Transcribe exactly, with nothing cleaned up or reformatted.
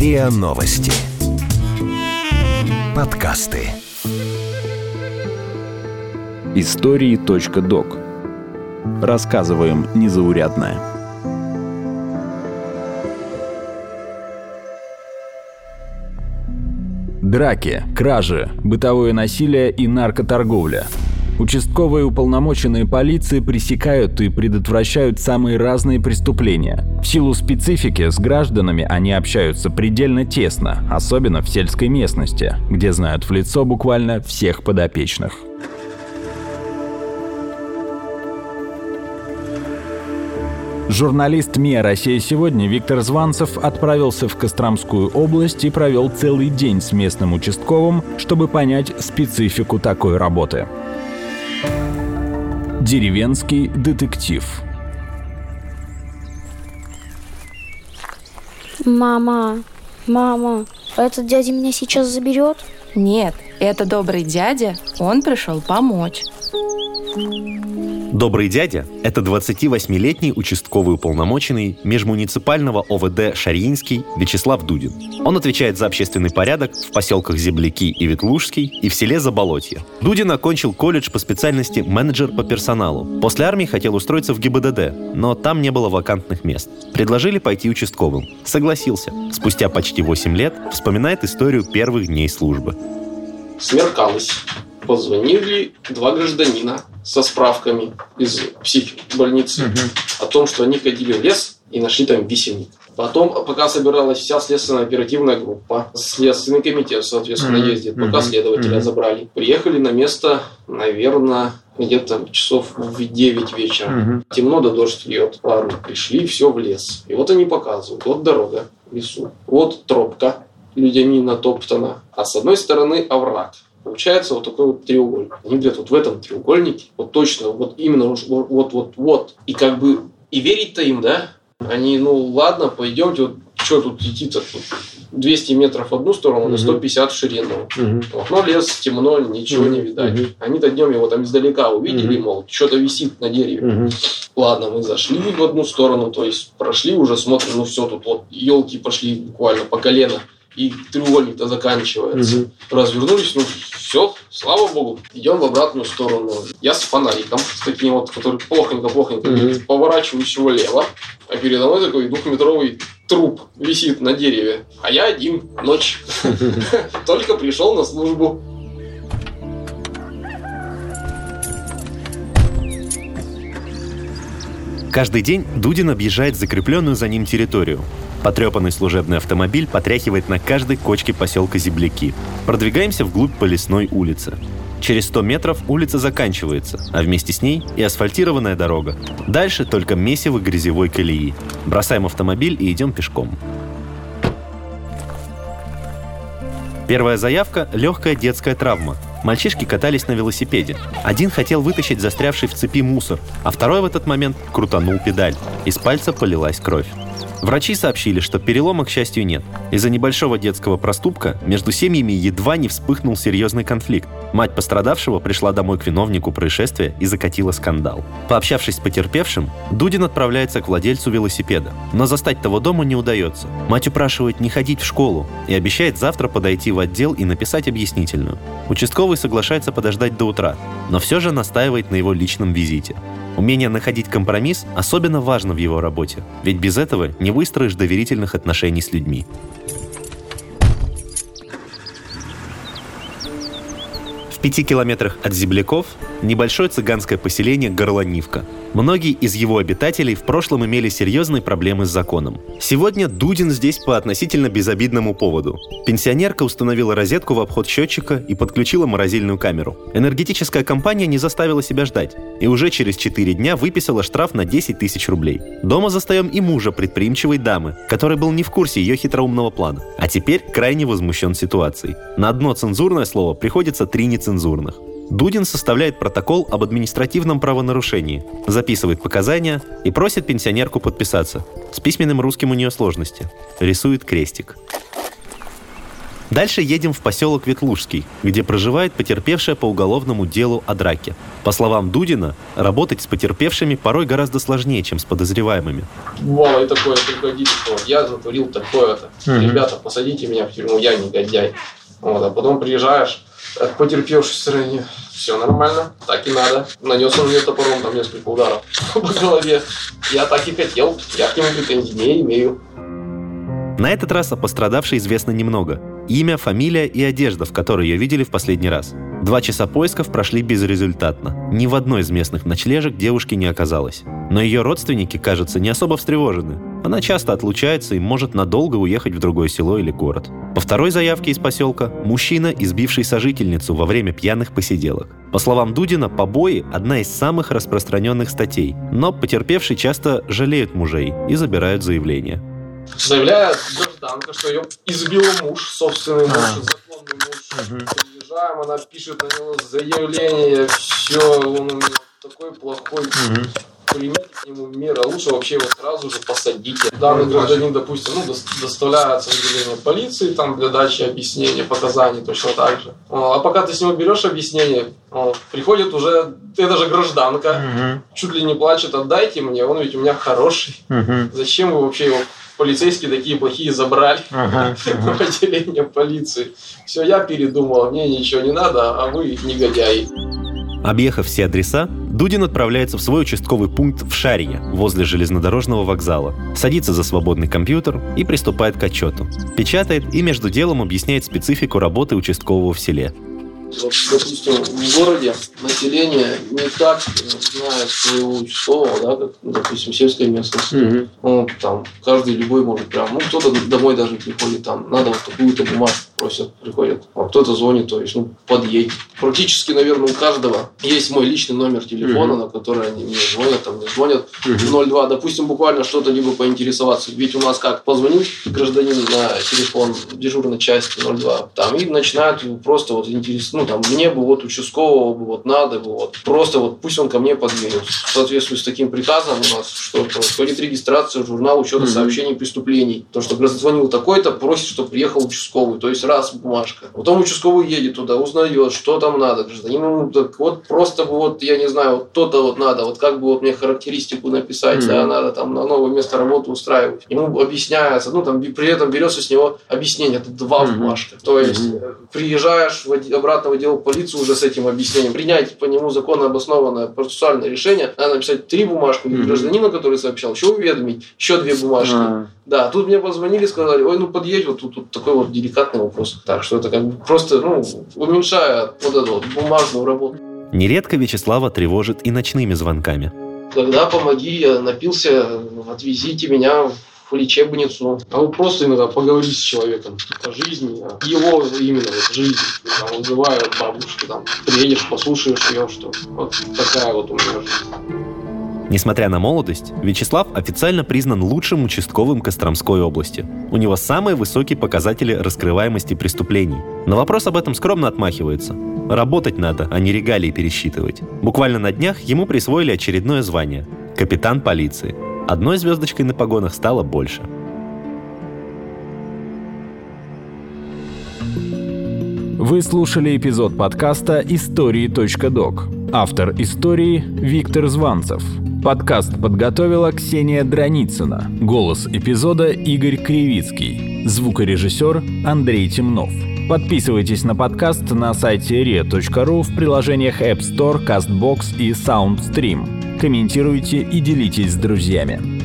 РИА Новости. Подкасты. Истории.док. Рассказываем незаурядное. Драки, кражи, бытовое насилие и наркоторговля. Участковые уполномоченные полиции пресекают и предотвращают самые разные преступления. В силу специфики с гражданами они общаются предельно тесно, особенно в сельской местности, где знают в лицо буквально всех подопечных. Журналист МИА «Россия сегодня» Виктор Званцев отправился в Костромскую область и провел целый день с местным участковым, чтобы понять специфику такой работы. Деревенский детектив. Мама, мама, этот дядя меня сейчас заберет? Нет, это добрый дядя, он пришел помочь. Добрый дядя – это двадцативосьмилетний участковый уполномоченный межмуниципального ОВД Шарьинский Вячеслав Дудин. Он отвечает за общественный порядок в поселках Земляки и Ветлужский и в селе Заболотье. Дудин окончил колледж по специальности менеджер по персоналу. После армии хотел устроиться в ГИБДД, но там не было вакантных мест. Предложили пойти участковым. Согласился. Спустя почти восемь лет вспоминает историю первых дней службы. Смеркалось. Позвонили два гражданина со справками из психбольницы угу. о том, что они ходили в лес и нашли там висельник. Потом, пока собиралась вся следственная оперативная группа, следственный комитет, соответственно, угу. ездит, пока угу. следователя угу. забрали. Приехали на место, наверное, где-то часов в девять вечера. Угу. Темно, да дождь льет. Ладно, пришли, все в лес. И вот они показывают. Вот дорога в лесу. Вот тропка людьми натоптана. А с одной стороны овраг. Получается вот такой вот треугольник. Они говорят, вот в этом треугольнике, вот точно, вот именно вот-вот-вот. И как бы, и верить-то им, да? Они, ну ладно, пойдемте, вот что тут идти-то? двести метров в одну сторону, на сто пятьдесят в ширину. Uh-huh. Вот, но лес, темно, ничего uh-huh. не видать. Uh-huh. Они-то днем его там издалека увидели, uh-huh. мол, что-то висит на дереве. Uh-huh. Ладно, мы зашли в одну сторону, то есть прошли уже, смотрим, ну все, тут вот елки пошли буквально по колено. И треугольник-то заканчивается. Угу. Развернулись, ну все, слава богу. Идем в обратную сторону. Я с фонариком, с таким вот, который плохонько-плохонько, угу. поворачиваюсь его влево, а передо мной такой двухметровый труп висит на дереве. А я один, ночь. Только пришел на службу. Каждый день Дудин объезжает закрепленную за ним территорию. Потрепанный служебный автомобиль потряхивает на каждой кочке поселка Земляки. Продвигаемся вглубь по лесной улице. Через сто метров улица заканчивается, а вместе с ней и асфальтированная дорога. Дальше только месиво грязевой колеи. Бросаем автомобиль и идем пешком. Первая заявка – легкая детская травма. Мальчишки катались на велосипеде. Один хотел вытащить застрявший в цепи мусор, а второй в этот момент крутанул педаль. Из пальца полилась кровь. Врачи сообщили, что перелома, к счастью, нет. Из-за небольшого детского проступка между семьями едва не вспыхнул серьезный конфликт. Мать пострадавшего пришла домой к виновнику происшествия и закатила скандал. Пообщавшись с потерпевшим, Дудин отправляется к владельцу велосипеда. Но застать того дома не удается. Мать упрашивает не ходить в школу и обещает завтра подойти в отдел и написать объяснительную. Участковый соглашается подождать до утра, но все же настаивает на его личном визите. Умение находить компромисс особенно важно в его работе, ведь без этого не выстроишь доверительных отношений с людьми. В пяти километрах от Земляков небольшое цыганское поселение Горланивка. Многие из его обитателей в прошлом имели серьезные проблемы с законом. Сегодня Дудин здесь по относительно безобидному поводу. Пенсионерка установила розетку в обход счетчика и подключила морозильную камеру. Энергетическая компания не заставила себя ждать и уже через четыре дня выписала штраф на десять тысяч рублей. Дома застаем и мужа предприимчивой дамы, который был не в курсе ее хитроумного плана, а теперь крайне возмущен ситуацией. На одно цензурное слово приходится три нецензурных. Дудин составляет протокол об административном правонарушении, записывает показания и просит пенсионерку подписаться. С письменным русским у нее сложности. Рисует крестик. Дальше едем в поселок Ветлужский, где проживает потерпевшая по уголовному делу о драке. По словам Дудина, работать с потерпевшими порой гораздо сложнее, чем с подозреваемыми. Бывало и такое, приходите, что вот я затворил такое-то. Mm-hmm. Ребята, посадите меня в тюрьму, я негодяй. Вот, а потом приезжаешь к потерпевшей стороне. Все нормально, так и надо. Нанес он мне топором там несколько ударов по голове. Я так и хотел, я к нему претензий не имею. На этот раз о пострадавшей известно немного. Имя, фамилия и одежда, в которой ее видели в последний раз. Два часа поисков прошли безрезультатно. Ни в одной из местных ночлежек девушки не оказалось. Но ее родственники, кажется, не особо встревожены. Она часто отлучается и может надолго уехать в другое село или город. По второй заявке из поселка – мужчина, избивший сожительницу во время пьяных посиделок. По словам Дудина, побои – одна из самых распространенных статей. Но потерпевшие часто жалеют мужей и забирают заявление. Заявляет гражданка, что ее избил муж, собственный муж, законный муж. Угу. Приезжаем, она пишет на него заявление, все, он у меня такой плохой. Угу. Примите к нему меры, лучше вообще его сразу же посадите. Данный гражданин, допустим, ну, доставляется в отделение полиции там, для дачи объяснений, показаний точно так же. А пока ты с него берешь объяснение, приходит уже эта же гражданка, угу. чуть ли не плачет, отдайте мне, он ведь у меня хороший. Угу. Зачем вы вообще его... Полицейские такие плохие забрали ага, ага. в отделение полиции. Все, я передумал, мне ничего не надо, а вы негодяи. Объехав все адреса, Дудин отправляется в свой участковый пункт в Шарине, возле железнодорожного вокзала, садится за свободный компьютер и приступает к отчету. Печатает и между делом объясняет специфику работы участкового в селе. Вот, допустим, в городе население не так знает своего участкового, да, как, допустим, сельская местность. Mm-hmm. Ну, там, каждый любой может прям, ну, кто-то домой даже приходит, там, надо вот такую-то бумажку просят, приходят, а кто-то звонит, то есть, ну, подъедь. Практически, наверное, у каждого есть мой личный номер телефона, mm-hmm. на который они мне звонят, там, мне звонят mm-hmm. ноль два, допустим, буквально что-то либо поинтересоваться, ведь у нас как, позвонить гражданин на телефон дежурной части ноль два, там, и начинают просто вот интересоваться, ну, там, мне бы вот участкового бы вот надо бы вот, просто вот пусть он ко мне подъедет. В соответствии с таким приказом у нас, что происходит регистрация в журнал учета mm-hmm. сообщений преступлений. То, что звонил такой-то, просит, чтобы приехал участковый. То есть раз бумажка. Потом участковый едет туда, узнает, что там надо. Гражданин, ну, так вот просто бы вот, я не знаю, вот то-то вот надо, вот как бы вот мне характеристику написать, mm-hmm. да, надо там на новое место работы устраивать. Ему объясняется, ну, там, при этом берется с него объяснение, это два mm-hmm. бумажка. То есть mm-hmm. приезжаешь в, обратно в отдел полиции уже с этим объяснением, принять по нему законно обоснованное процессуальное решение, надо написать три бумажки mm-hmm. гражданину, который сообщал, еще уведомить, еще две бумажки. Mm-hmm. Да, тут мне позвонили, сказали, ой, ну подъедь, вот тут, тут такой вот деликатный вопрос. Так что это как бы просто, ну, уменьшая вот эту вот бумажную работу. Нередко Вячеслава тревожит и ночными звонками. Когда помоги, я напился, отвезите меня в лечебницу. А вы просто иногда поговорите с человеком о жизни, о его именно вот жизни. Там убивают бабушки, там приедешь, послушаешь ее, что вот такая вот у меня жизнь. Несмотря на молодость, Вячеслав официально признан лучшим участковым Костромской области. У него самые высокие показатели раскрываемости преступлений. На вопрос об этом скромно отмахивается. Работать надо, а не регалии пересчитывать. Буквально на днях ему присвоили очередное звание – капитан полиции. Одной звездочкой на погонах стало больше. Вы слушали эпизод подкаста истории точка док. Автор истории Виктор Званцев. Подкаст подготовила Ксения Драницына. Голос эпизода Игорь Кривицкий. Звукорежиссер Андрей Темнов. Подписывайтесь на подкаст на сайте риа точка ру, в приложениях App Store, CastBox и SoundStream. Комментируйте и делитесь с друзьями.